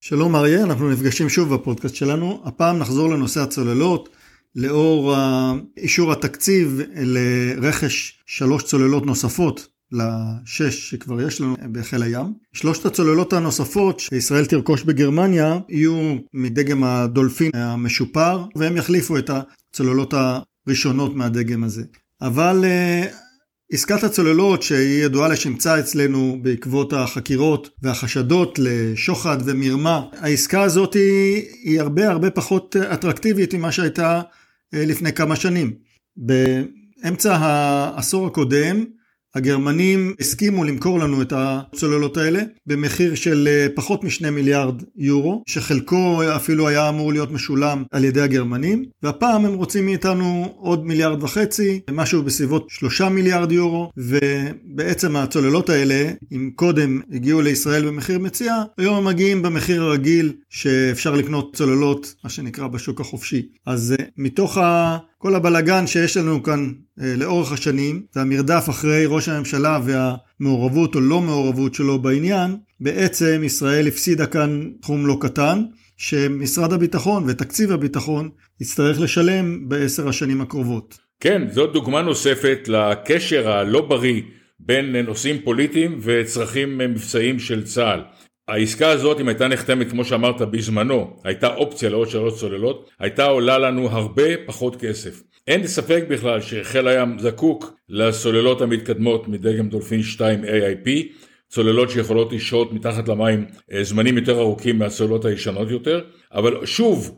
שלום אריה, אנחנו נפגשים שוב בפודקאסט שלנו. הפעם נחזור לנושא הצוללות, לאור אישור התקציב לרכש 3 צוללות נוספות ל6 שכבר יש לנו בחיל הים. 3 הצוללות הנוספות שישראל תרכוש בגרמניה יהיו מדגם הדולפין המשופר, והם יחליפו את הצוללות הראשונות מהדגם הזה. אבל עסקת הצוללות שהיא ידועה לשמצה אצלנו בעקבות החקירות והחשדות לשוחד ומרמה, העסקה הזאת היא הרבה פחות אטרקטיבית ממה שהייתה לפני כמה שנים. באמצע העשור הקודם הגרמנים הסכימו למכור לנו את הצוללות האלה במחיר של פחות מ2 מיליארד יורו, שחלקו אפילו היה אמור להיות משולם על ידי הגרמנים, והפעם הם רוצים מאיתנו עוד 1.5 מיליארד, משהו בסביבות 3 מיליארד יורו, ובעצם הצוללות האלה, אם קודם הגיעו לישראל במחיר מציאה, היום הם מגיעים במחיר הרגיל שאפשר לקנות צוללות, מה שנקרא בשוק החופשי. אז מתוך כל הבלגן שיש לנו כאן לאורך השנים, והמרדף אחרי ראש הממשלה והמעורבות או לא מעורבות שלו בעניין, בעצם ישראל הפסידה כאן תחום לא קטן, שמשרד הביטחון ותקציב הביטחון יצטרך לשלם ב10 השנים הקרובות. כן, זאת דוגמה נוספת לקשר הלא בריא בין נושאים פוליטיים וצרכים מבצעיים של צה"ל. העסקה הזאת, אם הייתה נחתמת כמו שאמרת בזמנו, הייתה אופציה לעוד 3 צוללות, הייתה עולה לנו הרבה פחות כסף. אין ספק בכלל שחיל הים זקוק לסוללות המתקדמות מדגם דולפין 2 AIP, צוללות שיכולות לשהות מתחת למים זמנים יותר ארוכים מהצוללות הישנות יותר, אבל שוב,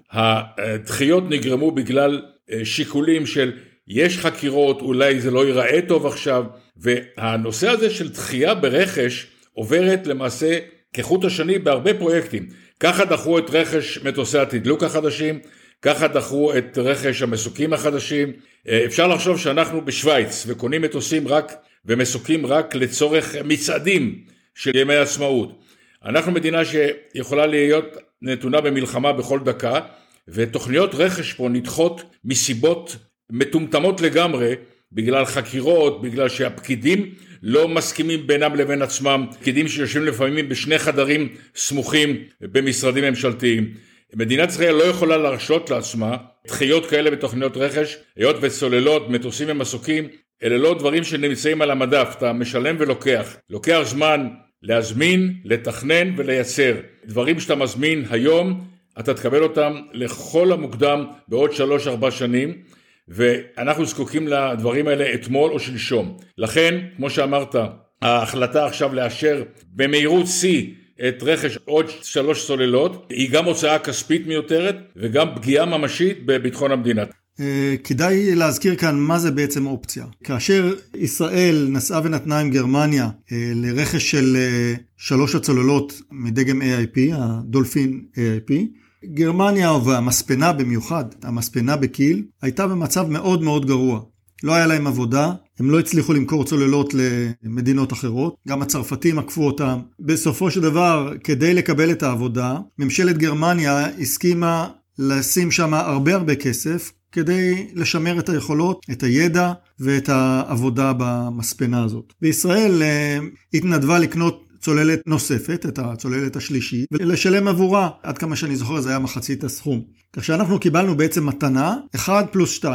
הדחיות נגרמו בגלל שיקולים של יש חקירות, אולי זה לא ייראה טוב עכשיו, והנושא הזה של דחייה ברכש עוברת למעשה כחוט השני בהרבה פרויקטים. ככה דחו את רכש מטוסי התדלוק החדשים, ככה דחו את רכש המסוקים החדשים. אפשר לחשוב שאנחנו בשוויץ וקונים מטוסים רק ומסוקים רק לצורך מצעדים של ימי עצמאות. אנחנו מדינה שיכולה להיות נתונה במלחמה בכל דקה, ותוכניות רכש פה נדחות מסיבות מטומטמות לגמרי, בגלל חקירות, בגלל שהפקידים לא מסכימים בינם לבין עצמם, פקידים שיושבים לפעמים בשני חדרים סמוכים במשרדים ממשלתיים. מדינת ישראל לא יכולה להרשות לעצמה דחיות כאלה בתוכניות רכש, היות וצוללות, מטוסים ומסוקים, אלה לא דברים שנמצאים על המדף, אתה משלם ולוקח. לוקח זמן להזמין, לתכנן ולייצר. דברים שאתה מזמין היום, אתה תקבל אותם לכל המוקדם בעוד 3-4 שנים, ואנחנו זקוקים לדברים האלה אתמול או שלשום. לכן, כמו שאמרת, ההחלטה עכשיו לאשר במהירות C את רכש עוד 3 צוללות, היא גם הוצאה כספית מיותרת וגם פגיעה ממשית בביטחון המדינה. כדאי להזכיר כאן מה זה בעצם אופציה. כאשר ישראל נסעה ונתנה עם גרמניה לרכש של 3 הצוללות מדגם AIP, הדולפין AIP, גרמניה והמספנה במיוחד, המספנה בקיל, הייתה במצב מאוד גרוע. לא היה להם עבודה, הם לא הצליחו למכור צוללות למדינות אחרות, גם הצרפתים עקפו אותם. בסופו של דבר, כדי לקבל את העבודה, ממשלת גרמניה הסכימה לשים שם הרבה כסף, כדי לשמר את היכולות, את הידע ואת העבודה במספנה הזאת. וישראל התנדבה לקנות צוללת נוספת, את הצוללת השלישית, ולשלם עבורה, עד כמה שאני זוכר זה היה מחצית הסכום. כך שאנחנו קיבלנו בעצם מתנה 1+2.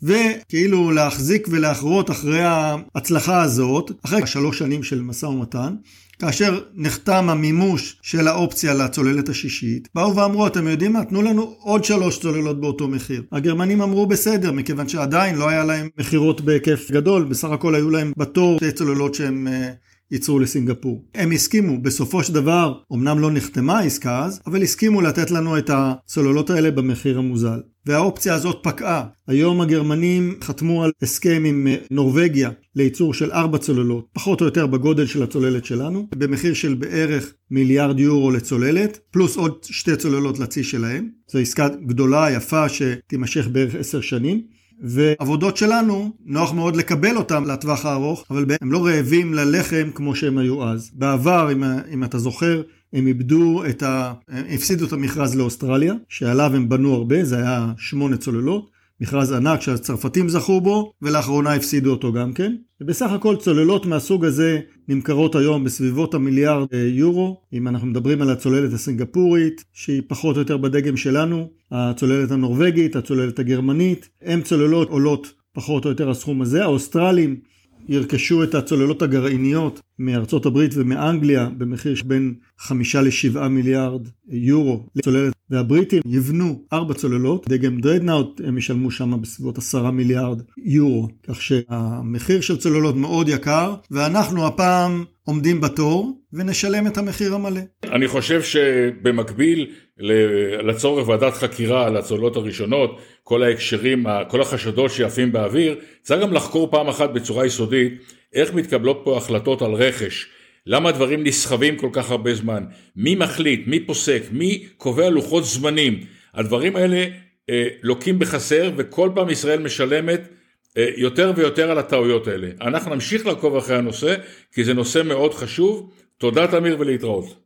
וכאילו להחזיק ולאחרות אחרי ההצלחה הזאת, אחרי 3 שנים של משא ומתן, כאשר נחתם המימוש של האופציה לצוללת השישית, באו ואמרו, אתם יודעים מה? תנו לנו עוד 3 צוללות באותו מחיר. הגרמנים אמרו בסדר, מכיוון שעדיין לא היה להם מחירות בהיקף גדול, בסך הכל היו להם בתור 2 צוללות שהם ייצרו לסינגפור. הם הסכימו, בסופו של דבר, אמנם לא נחתמה העסקה אז, אבל הסכימו לתת לנו את הצוללות האלה במחיר המוזל. והאופציה הזאת פקעה. היום הגרמנים חתמו על הסכם עם נורווגיה לייצור של 4 צוללות, פחות או יותר בגודל של הצוללת שלנו, במחיר של בערך 1 מיליארד יורו לצוללת, פלוס עוד 2 צוללות לצי שלהם. זו עסקה גדולה, יפה, שתימשך בערך 10 שנים. ועבודות שלנו, נוח מאוד לקבל אותם לטווח הארוך, אבל הם לא רעבים ללחם כמו שהם היו אז. בעבר, אם אתה זוכר, הם הפסידו את המכרז לאוסטרליה, שעליו הם בנו הרבה, זה היה 8 צוללות, מכרז ענק שהצרפתים זכו בו, ולאחרונה הפסידו אותו גם כן. ובסך הכל צוללות מהסוג הזה נמכרות היום בסביבות $1,000,000,000. אם אנחנו מדברים על הצוללת הסינגפורית, שהיא פחות או יותר בדגם שלנו, הצוללת הנורווגית, הצוללת הגרמנית, הם צוללות עולות פחות או יותר הסכום הזה. האוסטרלים ירכשו את הצוללות הגרעיניות מארצות הברית ומאנגליה במחיר בין 5 ל-7 מיליארד יורו לצוללת, והבריטים יבנו 4 צוללות, דגם דרדנאוט הם ישלמו שם בסביבות 10 מיליארד יורו, כך שהמחיר של צוללות מאוד יקר, ואנחנו הפעם עומדים בתור ונשלם את המחיר המלא. אני חושב שבמקביל לצורך ועדת חקירה על הצוללות הראשונות, כל ההקשרים, כל החשדות שיפים באוויר, צריך גם לחקור פעם אחת בצורה יסודית איך מתקבלות פה החלטות על רכש, למה הדברים נסחבים כל כך הרבה זמן, מי מחליט, מי פוסק, מי קובע לוחות זמנים. הדברים האלה לוקים בחסר, וכל פעם ישראל משלמת יותר ויותר על הטעויות האלה. אנחנו נמשיך לעקוב אחרי הנושא, כי זה נושא מאוד חשוב. תודה תמיר ולהתראות.